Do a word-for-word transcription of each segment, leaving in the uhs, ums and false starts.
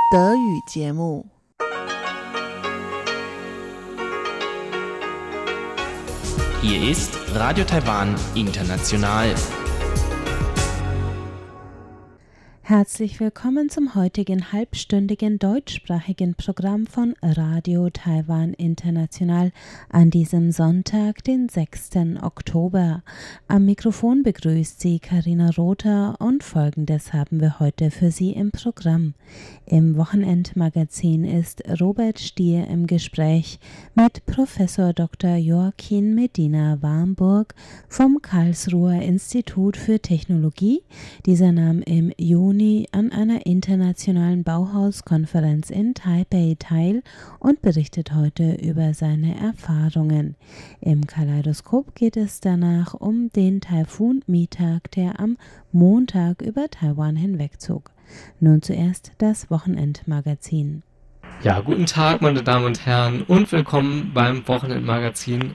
Hier ist Radio Taiwan International. Herzlich willkommen zum heutigen halbstündigen deutschsprachigen Programm von Radio Taiwan International an diesem Sonntag, den sechsten Oktober. Am Mikrofon begrüßt Sie Carina Rother und Folgendes haben wir heute für Sie im Programm. Im Wochenendmagazin ist Robert Stier im Gespräch mit Professor Doktor Joaquin Medina Warmburg vom Karlsruher Institut für Technologie. Dieser nahm im Juni an einer internationalen Bauhauskonferenz in Taipei teil und berichtet heute über seine Erfahrungen. Im Kaleidoskop geht es danach um den Taifun Mitag, der am Montag über Taiwan hinwegzog. Nun zuerst das Wochenendmagazin. Ja, guten Tag, meine Damen und Herren, und willkommen beim Wochenendmagazin.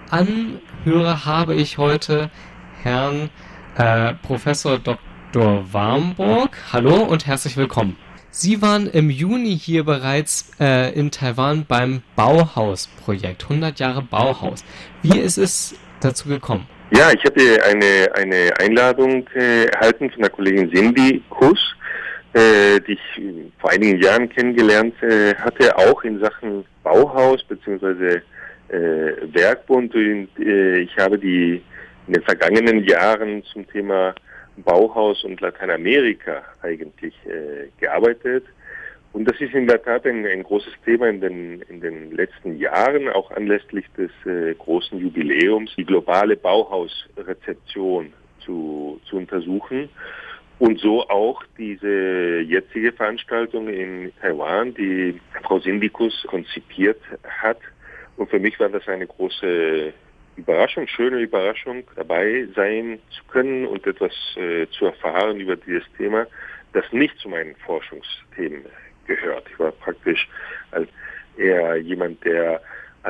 Anhörer habe ich heute Herrn äh, Professor Doktor Doktor Warmburg. Hallo und herzlich willkommen. Sie waren im Juni hier bereits äh, in Taiwan beim Bauhaus-Projekt, hundert Jahre Bauhaus. Wie ist es dazu gekommen? Ja, ich hatte eine, eine Einladung äh, erhalten von der Kollegin Cindy Kuss, äh, die ich vor einigen Jahren kennengelernt äh, hatte, auch in Sachen Bauhaus bzw. Äh, Werkbund. Und, äh, ich habe die in den vergangenen Jahren zum Thema Bauhaus und Lateinamerika eigentlich äh, gearbeitet. Und das ist in der Tat ein, ein großes Thema in den, in den letzten Jahren, auch anlässlich des äh, großen Jubiläums, die globale Bauhausrezeption zu, zu untersuchen. Und so auch diese jetzige Veranstaltung in Taiwan, die Frau Sindikus konzipiert hat. Und für mich war das eine große Überraschung, schöne Überraschung, dabei sein zu können und etwas äh, zu erfahren über dieses Thema, das nicht zu meinen Forschungsthemen gehört. Ich war praktisch als eher jemand, der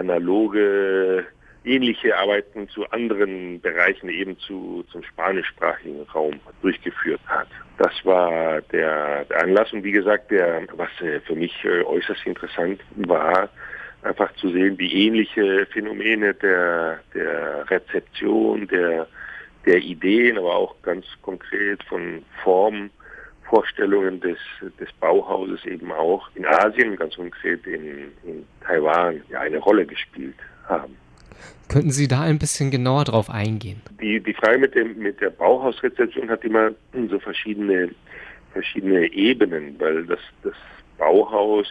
analoge, ähnliche Arbeiten zu anderen Bereichen, eben zu, zum spanischsprachigen Raum durchgeführt hat. Das war der, der Anlass und wie gesagt, der, was äh, für mich äh, äußerst interessant war, einfach zu sehen, wie ähnliche Phänomene der, der Rezeption, der, der Ideen, aber auch ganz konkret von Formvorstellungen des, des Bauhauses eben auch in Asien, ganz konkret in, in Taiwan, ja, eine Rolle gespielt haben. Könnten Sie da ein bisschen genauer drauf eingehen? Die, die Frage mit dem, mit der Bauhausrezeption hat immer so verschiedene, verschiedene Ebenen, weil das, das Bauhaus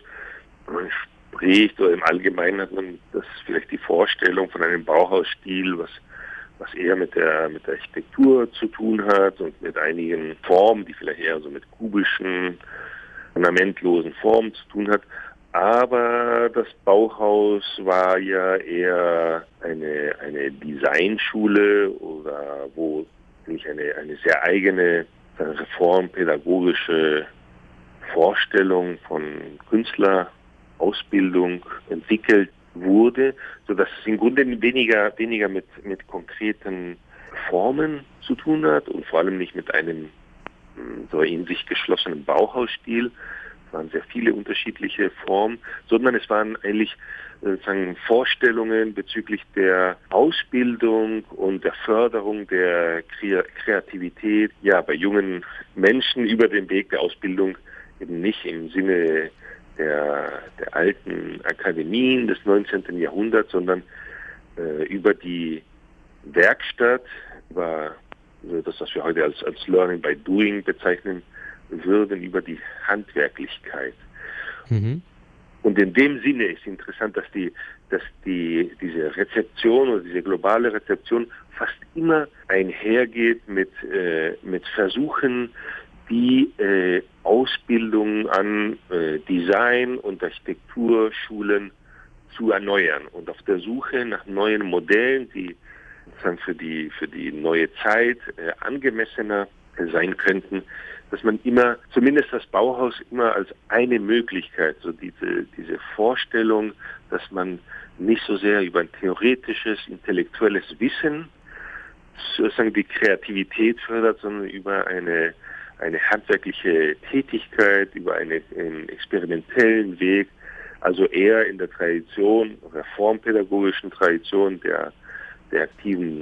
spricht, oder im Allgemeinen hat man das vielleicht die Vorstellung von einem Bauhausstil, was was eher mit der mit der Architektur zu tun hat und mit einigen Formen, die vielleicht eher so mit kubischen, ornamentlosen Formen zu tun hat. Aber das Bauhaus war ja eher eine eine Designschule, oder wo nicht eine eine sehr eigene reformpädagogische Vorstellung von Künstler Ausbildung entwickelt wurde, so dass es im Grunde weniger weniger mit mit konkreten Formen zu tun hat und vor allem nicht mit einem so in sich geschlossenen Bauhausstil. Es waren sehr viele unterschiedliche Formen, sondern es waren eigentlich sozusagen Vorstellungen bezüglich der Ausbildung und der Förderung der Kreativität, ja, bei jungen Menschen über den Weg der Ausbildung, eben nicht im Sinne Der, der alten Akademien des neunzehnten Jahrhunderts, sondern äh, über die Werkstatt, über also das, was wir heute als, als Learning by Doing bezeichnen würden, über die Handwerklichkeit. Mhm. Und in dem Sinne ist interessant, dass die, dass die, diese Rezeption oder diese globale Rezeption fast immer einhergeht mit, äh, mit Versuchen, die äh, Ausbildung an äh, Design- und Architekturschulen zu erneuern und auf der Suche nach neuen Modellen, die sozusagen für die für die neue Zeit äh, angemessener äh, sein könnten, dass man immer, zumindest das Bauhaus immer als eine Möglichkeit, so diese diese Vorstellung, dass man nicht so sehr über ein theoretisches, intellektuelles Wissen sozusagen die Kreativität fördert, sondern über eine eine handwerkliche Tätigkeit, über eine, einen experimentellen Weg, also eher in der Tradition, reformpädagogischen Tradition der, der aktiven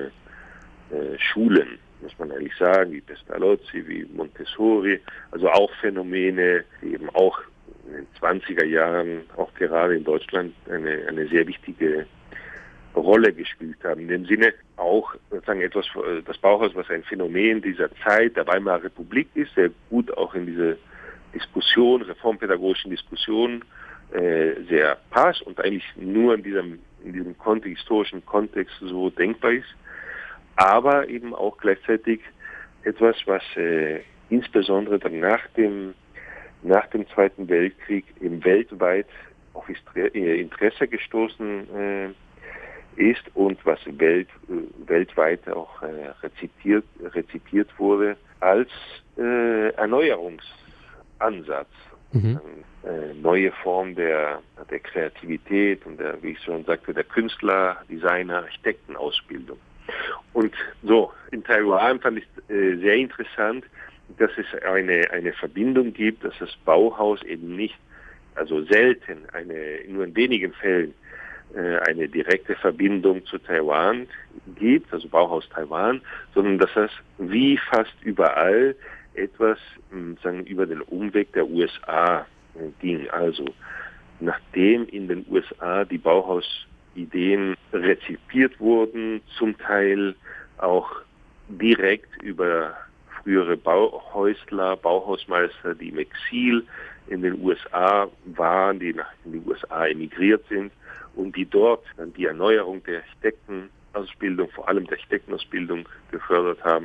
äh, äh, Schulen, muss man eigentlich sagen, wie Pestalozzi, wie Montessori, also auch Phänomene, die eben auch in den zwanziger Jahren, auch gerade in Deutschland, eine, eine sehr wichtige Rolle gespielt haben. In dem Sinne auch sozusagen etwas, das Bauhaus, was ein Phänomen dieser Zeit der Weimarer Republik ist, sehr gut auch in diese Diskussion, reformpädagogischen Diskussionen äh, sehr passt und eigentlich nur in diesem, in diesem Kontext, historischen Kontext so denkbar ist, aber eben auch gleichzeitig etwas, was äh, insbesondere dann nach dem, nach dem Zweiten Weltkrieg eben weltweit auf Interesse gestoßen äh, ist und was welt, weltweit auch äh, rezipiert, rezipiert wurde als äh, Erneuerungsansatz. Mhm. Eine neue Form der, der Kreativität und der, wie ich schon sagte, der Künstler, Designer, Architektenausbildung. Und so, in Taiwan fand ich äh, sehr interessant, dass es eine, eine Verbindung gibt, dass das Bauhaus eben nicht, also selten, eine, nur in wenigen Fällen, eine direkte Verbindung zu Taiwan gibt, also Bauhaus Taiwan, sondern dass das wie fast überall etwas sagen, über den Umweg der U S A ging. Also nachdem in den U S A die Bauhausideen rezipiert wurden, zum Teil auch direkt über frühere Bauhäusler, Bauhausmeister, die im Exil in den U S A waren, die nach in die U S A emigriert sind, und die dort dann die Erneuerung der Architektenausbildung, vor allem der Architektenausbildung gefördert haben.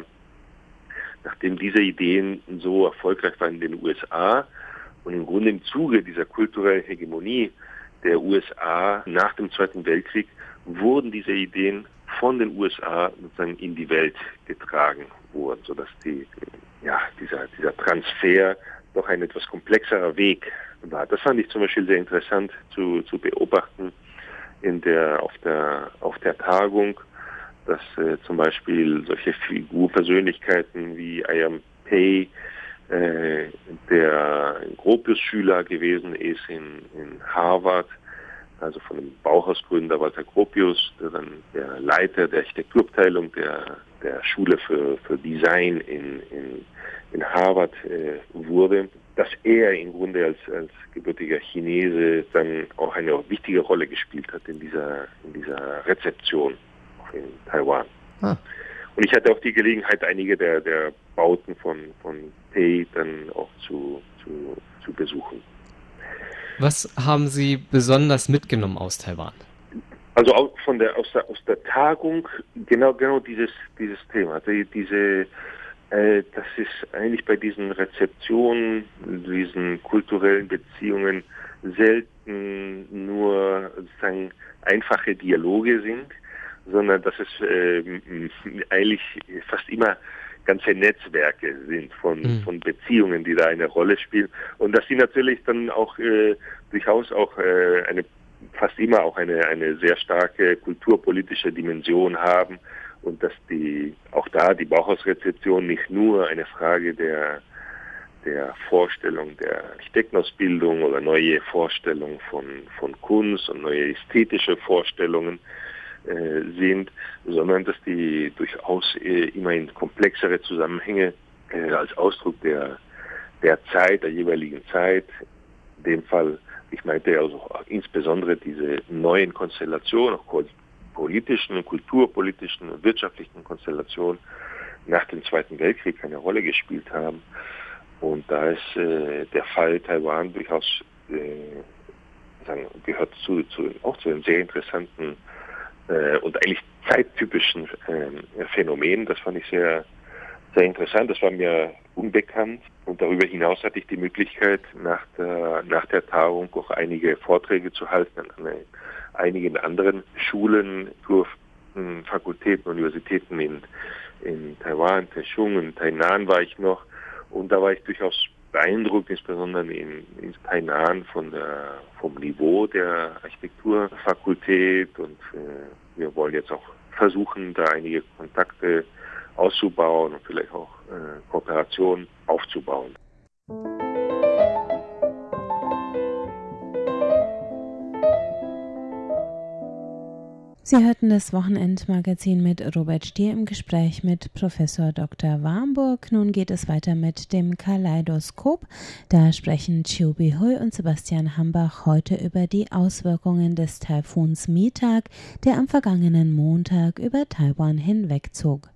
Nachdem diese Ideen so erfolgreich waren in den U S A und im Grunde im Zuge dieser kulturellen Hegemonie der U S A nach dem Zweiten Weltkrieg wurden diese Ideen von den U S A sozusagen in die Welt getragen wurden, sodass die, ja, dieser, dieser Transfer doch ein etwas komplexerer Weg war. Das fand ich zum Beispiel sehr interessant zu, zu beobachten in der, auf der, auf der Tagung, dass äh, zum Beispiel solche Figurpersönlichkeiten wie I M Pei, äh, der Gropius-Schüler gewesen ist in, in Harvard, also von dem Bauhausgründer Walter Gropius, der dann der Leiter der Architekturabteilung der, der Schule für, für Design in, in, in Harvard äh, wurde, dass er im Grunde als, als gebürtiger Chinese dann auch eine wichtige Rolle gespielt hat in dieser, in dieser Rezeption in Taiwan. Ah. Und ich hatte auch die Gelegenheit, einige der, der Bauten von, von Pei dann auch zu, zu, zu besuchen. Was haben Sie besonders mitgenommen aus Taiwan? Also auch von der, aus der, aus der Tagung genau, genau dieses, dieses Thema, die, diese, äh, das ist eigentlich bei diesen Rezeptionen, diesen kulturellen Beziehungen selten nur sozusagen einfache Dialoge sind, sondern dass es äh, eigentlich fast immer ganze Netzwerke sind von, mhm. von Beziehungen, die da eine Rolle spielen, und dass sie natürlich dann auch äh, durchaus auch äh, eine fast immer auch eine eine sehr starke kulturpolitische Dimension haben, und dass die auch da die Bauhausrezeption nicht nur eine Frage der der Vorstellung der Architektenausbildung oder neue Vorstellungen von von Kunst und neue ästhetische Vorstellungen äh, sind, sondern dass die durchaus äh, immerhin komplexere Zusammenhänge äh, als Ausdruck der der Zeit, der jeweiligen Zeit, in dem Fall, ich meinte ja also insbesondere diese neuen Konstellationen, auch politischen, kulturpolitischen und wirtschaftlichen Konstellationen nach dem Zweiten Weltkrieg eine Rolle gespielt haben. Und da ist äh, der Fall Taiwan durchaus äh, sagen, gehört zu, zu, auch zu den sehr interessanten äh, und eigentlich zeittypischen äh, Phänomenen. Das fand ich sehr, sehr interessant. Das war mir unbekannt. Und darüber hinaus hatte ich die Möglichkeit, nach der, nach der Tagung auch einige Vorträge zu halten an einigen anderen Schulen, Fakultäten, Universitäten in, in Taiwan, Taichung und Tainan war ich noch. Und da war ich durchaus beeindruckt, insbesondere in, in Tainan von der, vom Niveau der Architekturfakultät. Und äh, wir wollen jetzt auch versuchen, da einige Kontakte auszubauen und vielleicht auch äh, Kooperation aufzubauen. Sie hörten das Wochenendmagazin mit Robert Stier im Gespräch mit Professor Doktor Warmburg. Nun geht es weiter mit dem Kaleidoskop. Da sprechen Chiu Bi-hui und Sebastian Hambach heute über die Auswirkungen des Taifuns Mi-tak, der am vergangenen Montag über Taiwan hinwegzog.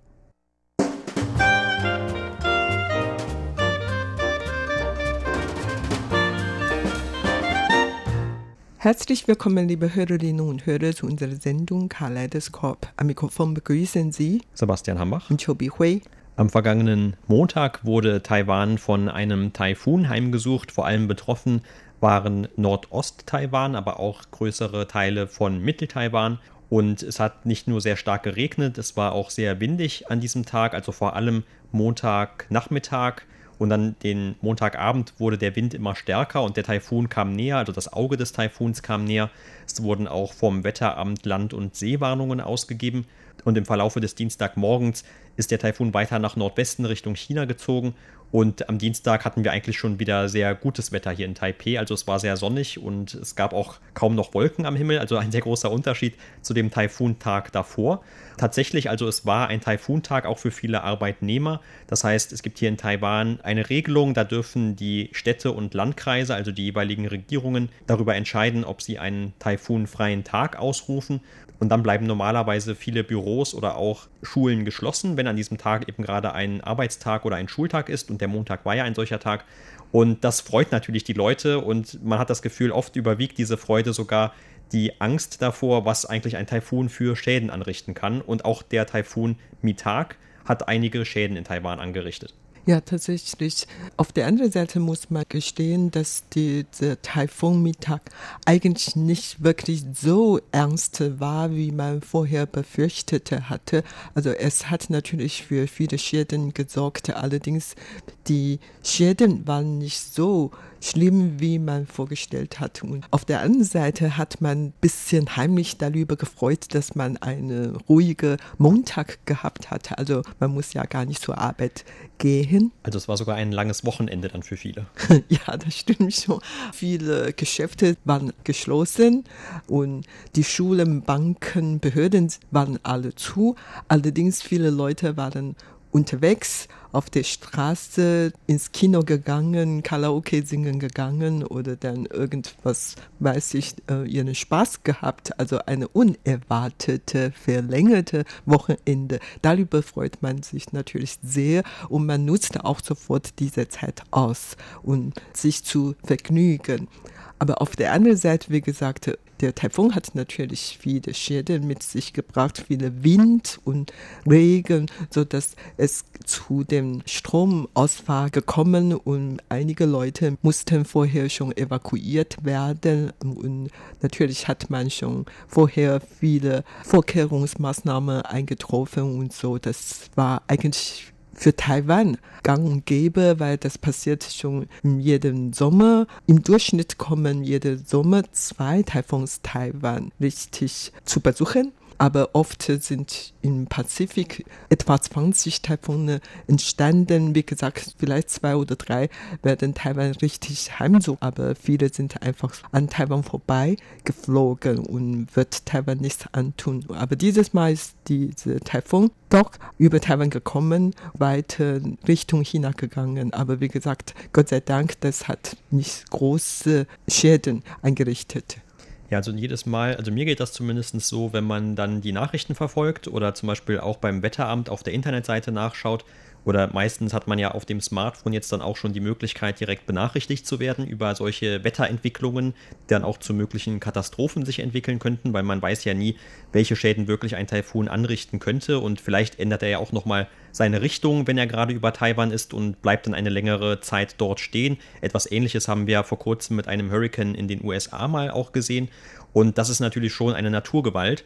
Herzlich willkommen, liebe Hörerinnen und Hörer, zu unserer Sendung Kaleidoskop. Am Mikrofon begrüßen Sie Sebastian Hambach und Chiu Bi-hui. Am vergangenen Montag wurde Taiwan von einem Taifun heimgesucht. Vor allem betroffen waren Nordost-Taiwan, aber auch größere Teile von Mittel-Taiwan. Und es hat nicht nur sehr stark geregnet, es war auch sehr windig an diesem Tag, also vor allem Montagnachmittag. Und dann den Montagabend wurde der Wind immer stärker und der Taifun kam näher, also das Auge des Taifuns kam näher. Es wurden auch vom Wetteramt Land- und Seewarnungen ausgegeben. Und im Verlaufe des Dienstagmorgens ist der Taifun weiter nach Nordwesten Richtung China gezogen. Und am Dienstag hatten wir eigentlich schon wieder sehr gutes Wetter hier in Taipeh. Also es war sehr sonnig und es gab auch kaum noch Wolken am Himmel. Also ein sehr großer Unterschied zu dem Taifuntag davor. Tatsächlich, also es war ein Taifuntag auch für viele Arbeitnehmer. Das heißt, es gibt hier in Taiwan eine Regelung, da dürfen die Städte und Landkreise, also die jeweiligen Regierungen, darüber entscheiden, ob sie einen taifunfreien Tag ausrufen. Und dann bleiben normalerweise viele Büros oder auch Schulen geschlossen, wenn an diesem Tag eben gerade ein Arbeitstag oder ein Schultag ist. Und der Montag war ja ein solcher Tag. Und das freut natürlich die Leute und man hat das Gefühl, oft überwiegt diese Freude sogar die Angst davor, was eigentlich ein Taifun für Schäden anrichten kann. Und auch der Taifun Mi-tak hat einige Schäden in Taiwan angerichtet. Ja, tatsächlich. Auf der anderen Seite muss man gestehen, dass die, der Taifun Mi-tak eigentlich nicht wirklich so ernst war, wie man vorher befürchtete hatte. Also es hat natürlich für viele Schäden gesorgt. Allerdings die Schäden waren nicht so schlimm, wie man vorgestellt hat. Und auf der anderen Seite hat man ein bisschen heimlich darüber gefreut, dass man einen ruhigen Montag gehabt hatte. Also man muss ja gar nicht zur Arbeit gehen. Also es war sogar ein langes Wochenende dann für viele. Ja, das stimmt schon. Viele Geschäfte waren geschlossen und die Schulen, Banken, Behörden waren alle zu. Allerdings viele Leute waren unterwegs, auf der Straße ins Kino gegangen, Karaoke singen gegangen oder dann irgendwas, weiß ich, äh, ihren Spaß gehabt. Also eine unerwartete, verlängerte Wochenende. Darüber freut man sich natürlich sehr und man nutzt auch sofort diese Zeit aus, um sich zu vergnügen. Aber auf der anderen Seite, wie gesagt, der Taifun hat natürlich viele Schäden mit sich gebracht, viele Wind und Regen, sodass es zu dem Stromausfall gekommen und einige Leute mussten vorher schon evakuiert werden. Und natürlich hat man schon vorher viele Vorkehrungsmaßnahmen eingetroffen und so. Das war eigentlich für Taiwan gang und gäbe, weil das passiert schon jeden Sommer. Im Durchschnitt kommen jeden Sommer zwei Taifuns Taiwan richtig zu besuchen. Aber oft sind im Pazifik etwa zwanzig Taifune entstanden. Wie gesagt, vielleicht zwei oder drei werden Taiwan richtig heimsuchen. Aber viele sind einfach an Taiwan vorbei geflogen und wird Taiwan nichts antun. Aber dieses Mal ist dieser Taifun doch über Taiwan gekommen, weiter Richtung China gegangen. Aber wie gesagt, Gott sei Dank, das hat nicht große Schäden angerichtet. Ja, also jedes Mal, also mir geht das zumindest so, wenn man dann die Nachrichten verfolgt oder zum Beispiel auch beim Wetteramt auf der Internetseite nachschaut. Oder meistens hat man ja auf dem Smartphone jetzt dann auch schon die Möglichkeit, direkt benachrichtigt zu werden über solche Wetterentwicklungen, die dann auch zu möglichen Katastrophen sich entwickeln könnten, weil man weiß ja nie, welche Schäden wirklich ein Taifun anrichten könnte. Und vielleicht ändert er ja auch nochmal seine Richtung, wenn er gerade über Taiwan ist und bleibt dann eine längere Zeit dort stehen. Etwas Ähnliches haben wir vor kurzem mit einem Hurrikan in den U S A mal auch gesehen. Und das ist natürlich schon eine Naturgewalt.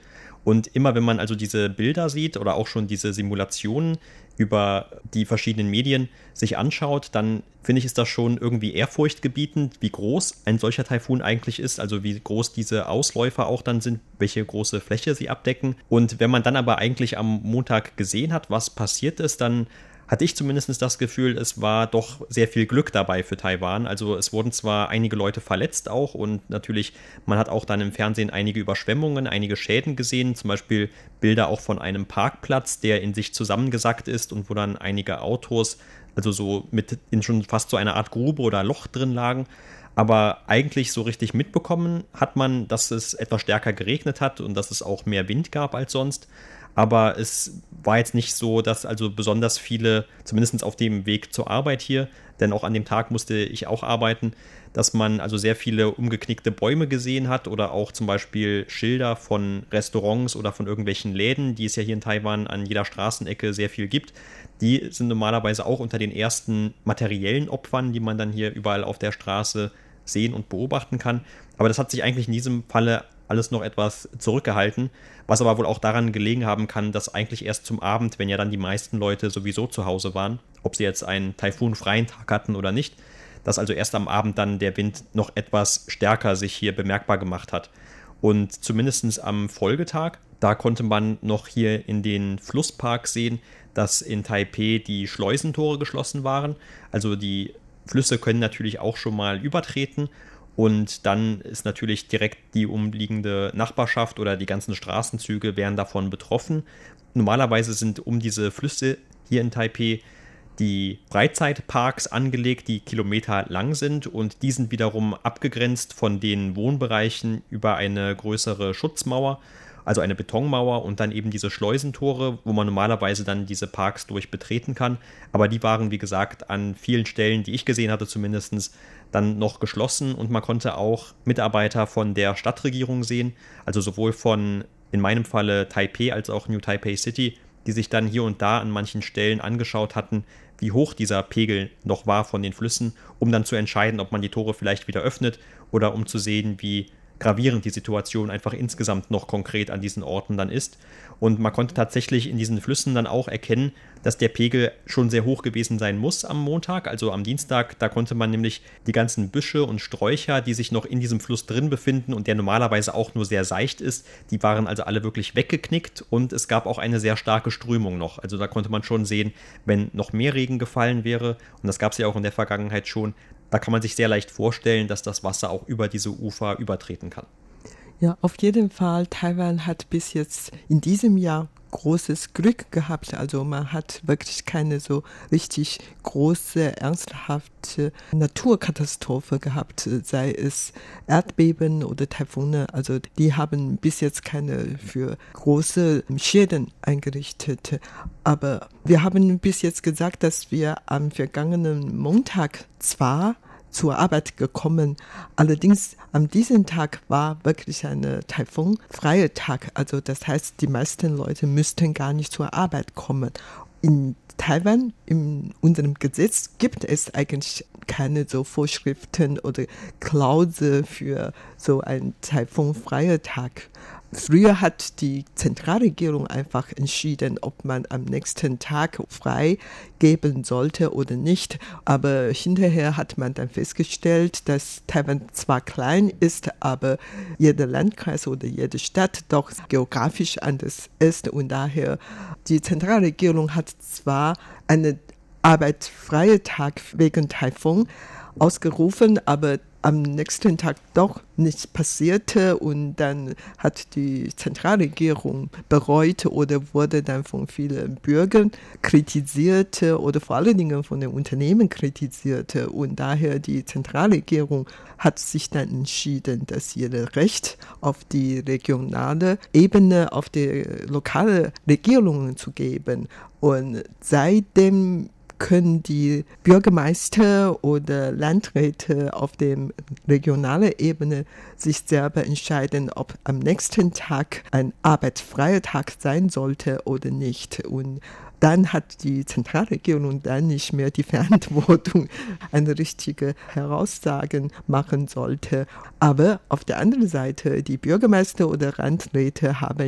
Und immer wenn man also diese Bilder sieht oder auch schon diese Simulationen über die verschiedenen Medien sich anschaut, dann finde ich, ist das schon irgendwie ehrfurchtgebietend, wie groß ein solcher Taifun eigentlich ist, also wie groß diese Ausläufer auch dann sind, welche große Fläche sie abdecken. Und wenn man dann aber eigentlich am Montag gesehen hat, was passiert ist, dann hatte ich zumindest das Gefühl, es war doch sehr viel Glück dabei für Taiwan. Also es wurden zwar einige Leute verletzt auch und natürlich, man hat auch dann im Fernsehen einige Überschwemmungen, einige Schäden gesehen, zum Beispiel Bilder auch von einem Parkplatz, der in sich zusammengesackt ist und wo dann einige Autos, also so mit in schon fast so einer Art Grube oder Loch drin lagen. Aber eigentlich so richtig mitbekommen hat man, dass es etwas stärker geregnet hat und dass es auch mehr Wind gab als sonst. Aber es war jetzt nicht so, dass also besonders viele, zumindest auf dem Weg zur Arbeit hier, denn auch an dem Tag musste ich auch arbeiten, dass man also sehr viele umgeknickte Bäume gesehen hat oder auch zum Beispiel Schilder von Restaurants oder von irgendwelchen Läden, die es ja hier in Taiwan an jeder Straßenecke sehr viel gibt. Die sind normalerweise auch unter den ersten materiellen Opfern, die man dann hier überall auf der Straße sehen und beobachten kann. Aber das hat sich eigentlich in diesem Falle alles noch etwas zurückgehalten, was aber wohl auch daran gelegen haben kann, dass eigentlich erst zum Abend, wenn ja dann die meisten Leute sowieso zu Hause waren, ob sie jetzt einen taifunfreien Tag hatten oder nicht, dass also erst am Abend dann der Wind noch etwas stärker sich hier bemerkbar gemacht hat. Und zumindest am Folgetag, da konnte man noch hier in den Flusspark sehen, dass in Taipeh die Schleusentore geschlossen waren. Also die Flüsse können natürlich auch schon mal übertreten. Und dann ist natürlich direkt die umliegende Nachbarschaft oder die ganzen Straßenzüge wären davon betroffen. Normalerweise sind um diese Flüsse hier in Taipeh die Freizeitparks angelegt, die Kilometer lang sind und die sind wiederum abgegrenzt von den Wohnbereichen über eine größere Schutzmauer, also eine Betonmauer und dann eben diese Schleusentore, wo man normalerweise dann diese Parks durch betreten kann. Aber die waren, wie gesagt, an vielen Stellen, die ich gesehen hatte zumindest, dann noch geschlossen und man konnte auch Mitarbeiter von der Stadtregierung sehen, also sowohl von, in meinem Falle, Taipeh als auch New Taipei City, die sich dann hier und da an manchen Stellen angeschaut hatten, wie hoch dieser Pegel noch war von den Flüssen, um dann zu entscheiden, ob man die Tore vielleicht wieder öffnet oder um zu sehen, wie gravierend die Situation einfach insgesamt noch konkret an diesen Orten dann ist. Und man konnte tatsächlich in diesen Flüssen dann auch erkennen, dass der Pegel schon sehr hoch gewesen sein muss am Montag, also am Dienstag. Da konnte man nämlich die ganzen Büsche und Sträucher, die sich noch in diesem Fluss drin befinden und der normalerweise auch nur sehr seicht ist, die waren also alle wirklich weggeknickt und es gab auch eine sehr starke Strömung noch. Also da konnte man schon sehen, wenn noch mehr Regen gefallen wäre, und das gab es ja auch in der Vergangenheit schon, da kann man sich sehr leicht vorstellen, dass das Wasser auch über diese Ufer übertreten kann. Ja, auf jeden Fall. Taiwan hat bis jetzt in diesem Jahr großes Glück gehabt. Also man hat wirklich keine so richtig große, ernsthafte Naturkatastrophe gehabt, sei es Erdbeben oder Taifune. Also die haben bis jetzt keine für große Schäden eingerichtet. Aber wir haben bis jetzt gesagt, dass wir am vergangenen Montag zwar zur Arbeit gekommen. Allerdings an diesem Tag war wirklich ein taifunfreier Tag. Also das heißt, die meisten Leute müssten gar nicht zur Arbeit kommen. In Taiwan, in unserem Gesetz, gibt es eigentlich keine so Vorschriften oder Klausel für so einen taifunfreien Tag. Früher hat die Zentralregierung einfach entschieden, ob man am nächsten Tag frei geben sollte oder nicht. Aber hinterher hat man dann festgestellt, dass Taiwan zwar klein ist, aber jeder Landkreis oder jede Stadt doch geografisch anders ist. Und daher, die Zentralregierung hat zwar einen arbeitsfreien Tag wegen Taifun ausgerufen, aber am nächsten Tag doch nichts passierte und dann hat die Zentralregierung bereut oder wurde dann von vielen Bürgern kritisiert oder vor allen Dingen von den Unternehmen kritisiert und daher die Zentralregierung hat sich dann entschieden, dass ihr Recht auf die regionale Ebene, auf die lokale Regierungen zu geben und seitdem können die Bürgermeister oder Landräte auf der regionalen Ebene sich selber entscheiden, ob am nächsten Tag ein arbeitsfreier Tag sein sollte oder nicht. Und dann hat die Zentralregierung dann nicht mehr die Verantwortung, eine richtige Heraussagen machen sollte. Aber auf der anderen Seite, die Bürgermeister oder Landräte haben jetzt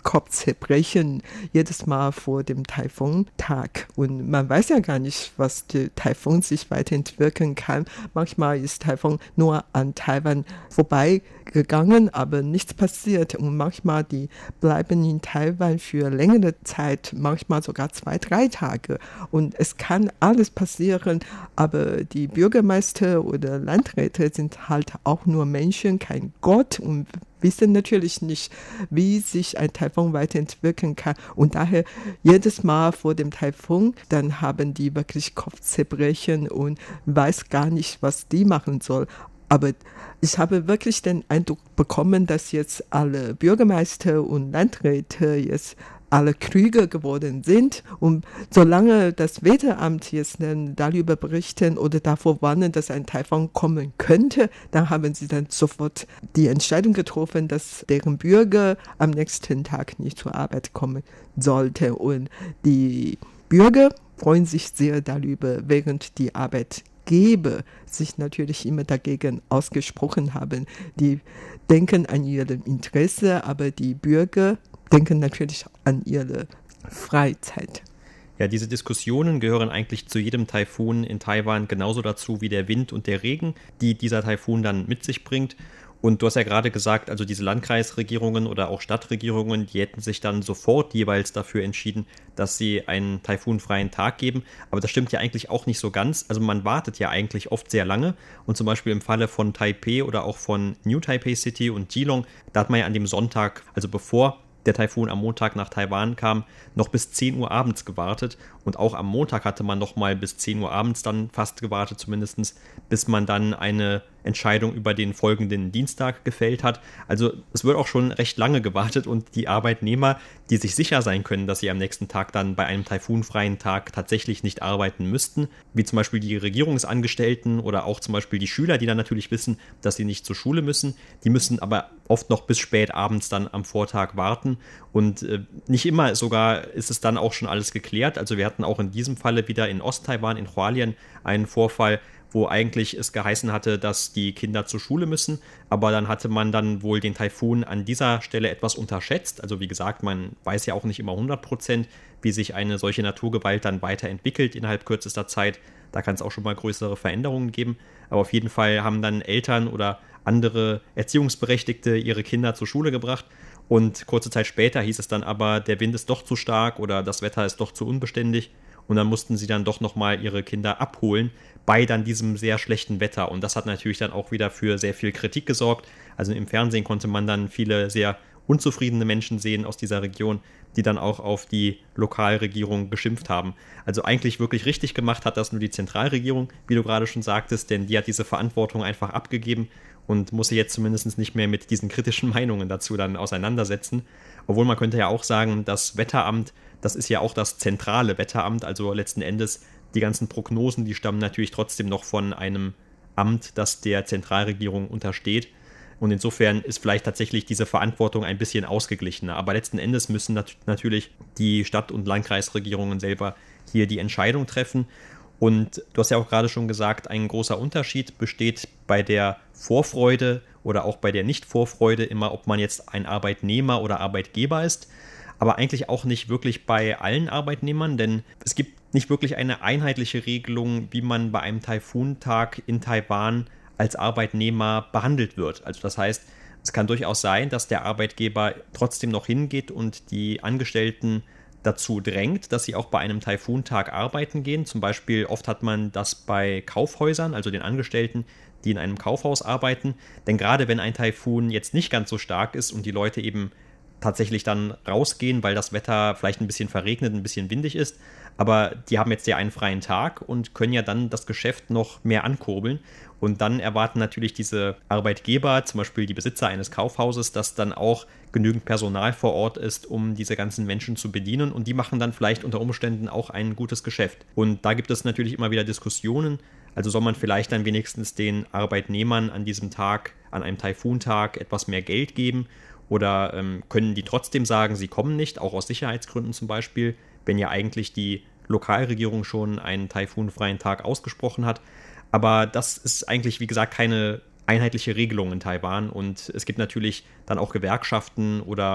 Kopfzerbrechen jedes Mal vor dem Taifuntag. Und man weiß ja gar nicht, was der Taifun sich weiterentwickeln kann. Manchmal ist Taifun nur an Taiwan vorbeigegangen, aber nichts passiert. Und manchmal die bleiben in Taiwan für längere Zeit, manchmal sogar zwei, drei Tage. Und es kann alles passieren, aber die Bürgermeister oder Landräte sind halt auch nur Menschen, kein Gott, und wissen natürlich nicht, wie sich ein Taifun weiterentwickeln kann. Und daher jedes Mal vor dem Taifun, dann haben die wirklich Kopfzerbrechen und weiß gar nicht, was die machen soll. Aber ich habe wirklich den Eindruck bekommen, dass jetzt alle Bürgermeister und Landräte jetzt alle klüger geworden sind. Und solange das Wetteramt jetzt dann darüber berichten oder davor warnen, dass ein Taifun kommen könnte, dann haben sie dann sofort die Entscheidung getroffen, dass deren Bürger am nächsten Tag nicht zur Arbeit kommen sollte. Und die Bürger freuen sich sehr darüber, während die Arbeitgeber sich natürlich immer dagegen ausgesprochen haben. Die denken an ihr Interesse, aber die Bürger denken natürlich an ihre Freizeit. Ja, diese Diskussionen gehören eigentlich zu jedem Taifun in Taiwan genauso dazu wie der Wind und der Regen, die dieser Taifun dann mit sich bringt. Und du hast ja gerade gesagt, also diese Landkreisregierungen oder auch Stadtregierungen, die hätten sich dann sofort jeweils dafür entschieden, dass sie einen taifunfreien Tag geben. Aber das stimmt ja eigentlich auch nicht so ganz. Also man wartet ja eigentlich oft sehr lange. Und zum Beispiel im Falle von Taipei oder auch von New Taipei City und Keelung, da hat man ja an dem Sonntag, also bevor der Taifun am Montag nach Taiwan kam, noch bis zehn Uhr abends gewartet. Und auch am Montag hatte man noch mal bis zehn Uhr abends dann fast gewartet zumindest, bis man dann eine Entscheidung über den folgenden Dienstag gefällt hat. Also es wird auch schon recht lange gewartet und die Arbeitnehmer, die sich sicher sein können, dass sie am nächsten Tag dann bei einem taifunfreien Tag tatsächlich nicht arbeiten müssten, wie zum Beispiel die Regierungsangestellten oder auch zum Beispiel die Schüler, die dann natürlich wissen, dass sie nicht zur Schule müssen, die müssen aber oft noch bis spät abends dann am Vortag warten und äh, nicht immer sogar ist es dann auch schon alles geklärt. Also wir hatten auch in diesem Falle wieder in Osttaiwan, in Hualien, einen Vorfall, wo eigentlich es geheißen hatte, dass die Kinder zur Schule müssen, aber dann hatte man dann wohl den Taifun an dieser Stelle etwas unterschätzt. Also wie gesagt, man weiß ja auch nicht immer hundert Prozent, wie sich eine solche Naturgewalt dann weiterentwickelt innerhalb kürzester Zeit. Da kann es auch schon mal größere Veränderungen geben, aber auf jeden Fall haben dann Eltern oder andere Erziehungsberechtigte ihre Kinder zur Schule gebracht und kurze Zeit später hieß es dann aber, der Wind ist doch zu stark oder das Wetter ist doch zu unbeständig. Und dann mussten sie dann doch nochmal ihre Kinder abholen bei dann diesem sehr schlechten Wetter. Und das hat natürlich dann auch wieder für sehr viel Kritik gesorgt. Also im Fernsehen konnte man dann viele sehr unzufriedene Menschen sehen aus dieser Region, die dann auch auf die Lokalregierung geschimpft haben. Also eigentlich wirklich richtig gemacht hat das nur die Zentralregierung, wie du gerade schon sagtest, denn die hat diese Verantwortung einfach abgegeben und muss sich jetzt zumindest nicht mehr mit diesen kritischen Meinungen dazu dann auseinandersetzen. Obwohl man könnte ja auch sagen, das Wetteramt, das ist ja auch das zentrale Wetteramt, also letzten Endes die ganzen Prognosen, die stammen natürlich trotzdem noch von einem Amt, das der Zentralregierung untersteht. Und insofern ist vielleicht tatsächlich diese Verantwortung ein bisschen ausgeglichener. Aber letzten Endes müssen nat- natürlich die Stadt- und Landkreisregierungen selber hier die Entscheidung treffen. Und du hast ja auch gerade schon gesagt, ein großer Unterschied besteht bei der Vorfreude oder auch bei der Nicht-Vorfreude immer, ob man jetzt ein Arbeitnehmer oder Arbeitgeber ist. Aber eigentlich auch nicht wirklich bei allen Arbeitnehmern, denn es gibt nicht wirklich eine einheitliche Regelung, wie man bei einem Taifuntag in Taiwan als Arbeitnehmer behandelt wird. Also das heißt, es kann durchaus sein, dass der Arbeitgeber trotzdem noch hingeht und die Angestellten dazu drängt, dass sie auch bei einem Taifuntag arbeiten gehen. Zum Beispiel oft hat man das bei Kaufhäusern, also den Angestellten, die in einem Kaufhaus arbeiten. Denn gerade wenn ein Taifun jetzt nicht ganz so stark ist und die Leute eben tatsächlich dann rausgehen, weil das Wetter vielleicht ein bisschen verregnet, ein bisschen windig ist, aber die haben jetzt ja einen freien Tag und können ja dann das Geschäft noch mehr ankurbeln. Und dann erwarten natürlich diese Arbeitgeber, zum Beispiel die Besitzer eines Kaufhauses, dass dann auch genügend Personal vor Ort ist, um diese ganzen Menschen zu bedienen. Und die machen dann vielleicht unter Umständen auch ein gutes Geschäft. Und da gibt es natürlich immer wieder Diskussionen. Also soll man vielleicht dann wenigstens den Arbeitnehmern an diesem Tag, an einem Taifuntag, etwas mehr Geld geben? Oder ähm, können die trotzdem sagen, sie kommen nicht, auch aus Sicherheitsgründen zum Beispiel, wenn ja eigentlich die Lokalregierung schon einen taifunfreien Tag ausgesprochen hat. Aber das ist eigentlich, wie gesagt, keine einheitliche Regelung in Taiwan. Und es gibt natürlich dann auch Gewerkschaften oder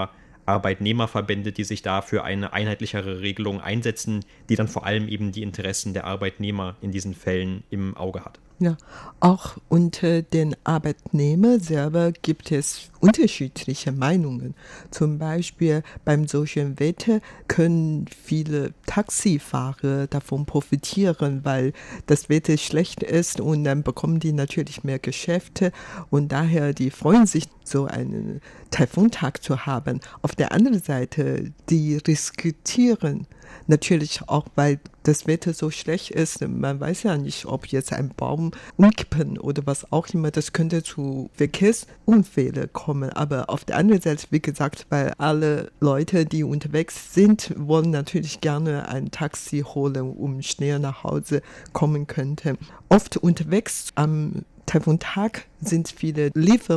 Arbeitnehmerverbände, die sich da für eine einheitlichere Regelung einsetzen, die dann vor allem eben die Interessen der Arbeitnehmer in diesen Fällen im Auge hat. Ja, auch unter den Arbeitnehmern selber gibt es unterschiedliche Meinungen. Zum Beispiel beim solchen Wetter können viele Taxifahrer davon profitieren, weil das Wetter schlecht ist und dann bekommen die natürlich mehr Geschäfte und daher die freuen sich, so einen Taifuntag zu haben. Auf der anderen Seite, die riskieren natürlich auch, weil das Wetter so schlecht ist. Man weiß ja nicht, ob jetzt ein Baum umkippen oder was auch immer. Das könnte zu Verkehrsunfällen kommen. Aber auf der anderen Seite, wie gesagt, weil alle Leute, die unterwegs sind, wollen natürlich gerne ein Taxi holen, um schnell nach Hause kommen könnte. Oft unterwegs am Taifuntag sind viele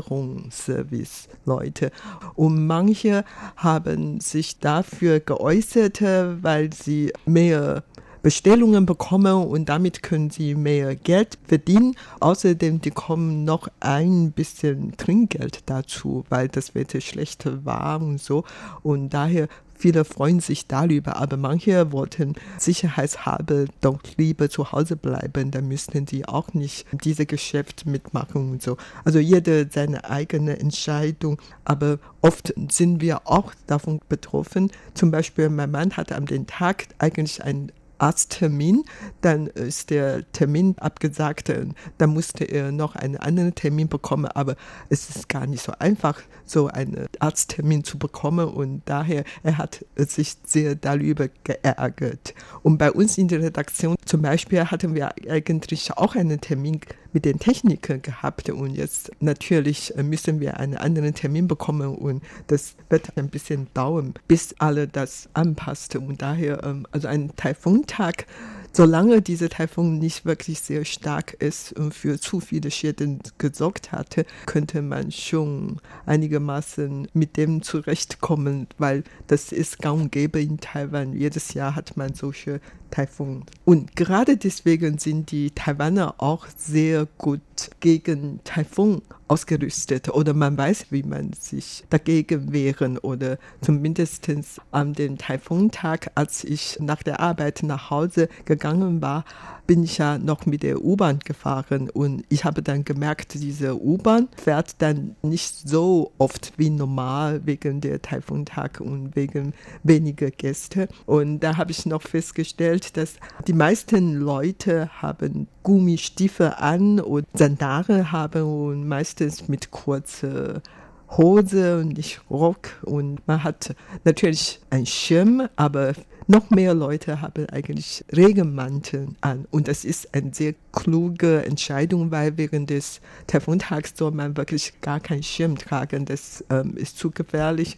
Lieferungsservice-Leute und manche haben sich dafür geäußert, weil sie mehr Bestellungen bekommen und damit können sie mehr Geld verdienen. Außerdem bekommen noch ein bisschen Trinkgeld dazu, weil das Wetter schlecht war und so. Und daher viele freuen sich darüber, aber manche wollten sicherheitshalber doch lieber zu Hause bleiben, dann müssten die auch nicht diese Geschäft mitmachen und so. Also jeder seine eigene Entscheidung, aber oft sind wir auch davon betroffen. Zum Beispiel mein Mann hatte an dem Tag eigentlich ein Arzttermin, dann ist der Termin abgesagt, dann musste er noch einen anderen Termin bekommen, aber es ist gar nicht so einfach, so einen Arzttermin zu bekommen und daher, er hat sich sehr darüber geärgert. Und bei uns in der Redaktion zum Beispiel hatten wir eigentlich auch einen Termin mit den Technikern gehabt und jetzt natürlich müssen wir einen anderen Termin bekommen und das wird ein bisschen dauern, bis alle das anpasst und daher, also ein Taifuntag, solange dieser Taifun nicht wirklich sehr stark ist und für zu viele Schäden gesorgt hatte, könnte man schon einigermaßen mit dem zurechtkommen, weil das ist gang und gäbe in Taiwan. Jedes Jahr hat man solche Taifun. Und gerade deswegen sind die Taiwaner auch sehr gut gegen Taifun ausgerüstet oder man weiß, wie man sich dagegen wehren oder zumindest an dem Taifuntag, als ich nach der Arbeit nach Hause gegangen war, bin ich ja noch mit der U-Bahn gefahren und ich habe dann gemerkt, diese U-Bahn fährt dann nicht so oft wie normal wegen der Taifuntag und wegen weniger Gäste und da habe ich noch festgestellt, dass die meisten Leute haben Gummistiefel an und Sandalen haben und meistens mit kurzer Hose und nicht Rock und man hat natürlich einen Schirm, aber noch mehr Leute haben eigentlich Regenmantel an und das ist eine sehr kluge Entscheidung, weil während des Taifuntags soll man wirklich gar keinen Schirm tragen, das ähm, ist zu gefährlich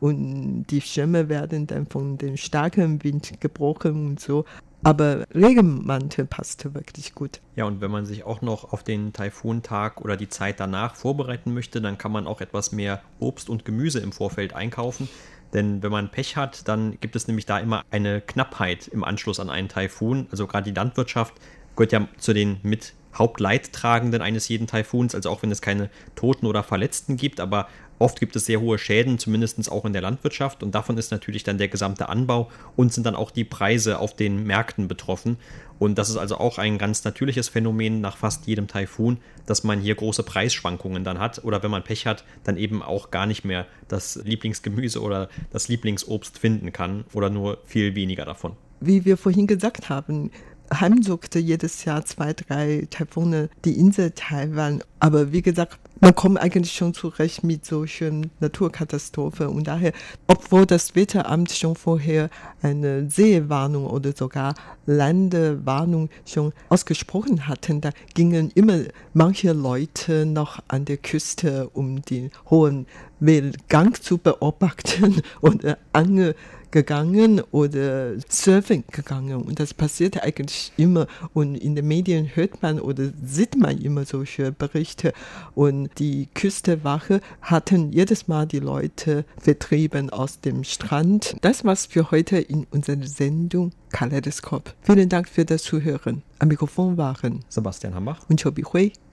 und die Schirme werden dann von dem starken Wind gebrochen und so. Aber Regenmantel passte wirklich gut. Ja, und wenn man sich auch noch auf den Taifuntag oder die Zeit danach vorbereiten möchte, dann kann man auch etwas mehr Obst und Gemüse im Vorfeld einkaufen. Denn wenn man Pech hat, dann gibt es nämlich da immer eine Knappheit im Anschluss an einen Taifun. Also gerade die Landwirtschaft gehört ja zu den mit Hauptleidtragenden eines jeden Taifuns, also auch wenn es keine Toten oder Verletzten gibt, aber oft gibt es sehr hohe Schäden, zumindest auch in der Landwirtschaft und davon ist natürlich dann der gesamte Anbau und sind dann auch die Preise auf den Märkten betroffen und das ist also auch ein ganz natürliches Phänomen nach fast jedem Taifun, dass man hier große Preisschwankungen dann hat oder wenn man Pech hat, dann eben auch gar nicht mehr das Lieblingsgemüse oder das Lieblingsobst finden kann oder nur viel weniger davon. Wie wir vorhin gesagt haben, heimsuchte jedes Jahr zwei, drei Taifune die Insel Taiwan. Aber wie gesagt, man kommt eigentlich schon zurecht mit solchen Naturkatastrophen. Und daher, obwohl das Wetteramt schon vorher eine Seewarnung oder sogar Landewarnung schon ausgesprochen hatten, da gingen immer manche Leute noch an der Küste, um den hohen Wellengang zu beobachten oder Angel gegangen oder Surfing gegangen und das passierte eigentlich immer und in den Medien hört man oder sieht man immer solche Berichte und die Küstenwache hatten jedes Mal die Leute vertrieben aus dem Strand. Das war's für heute in unserer Sendung Kaleidoskop. Vielen Dank für das Zuhören. Am Mikrofon waren Sebastian Hambach und Chobi Hui.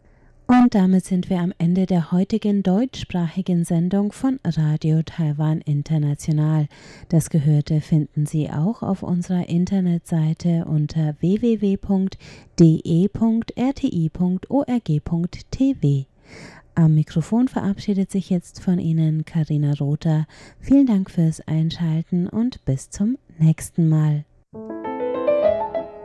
Und damit sind wir am Ende der heutigen deutschsprachigen Sendung von Radio Taiwan International. Das Gehörte finden Sie auch auf unserer Internetseite unter w w w punkt d e punkt r t i punkt org punkt t v. Am Mikrofon verabschiedet sich jetzt von Ihnen Carina Rother. Vielen Dank fürs Einschalten und bis zum nächsten Mal.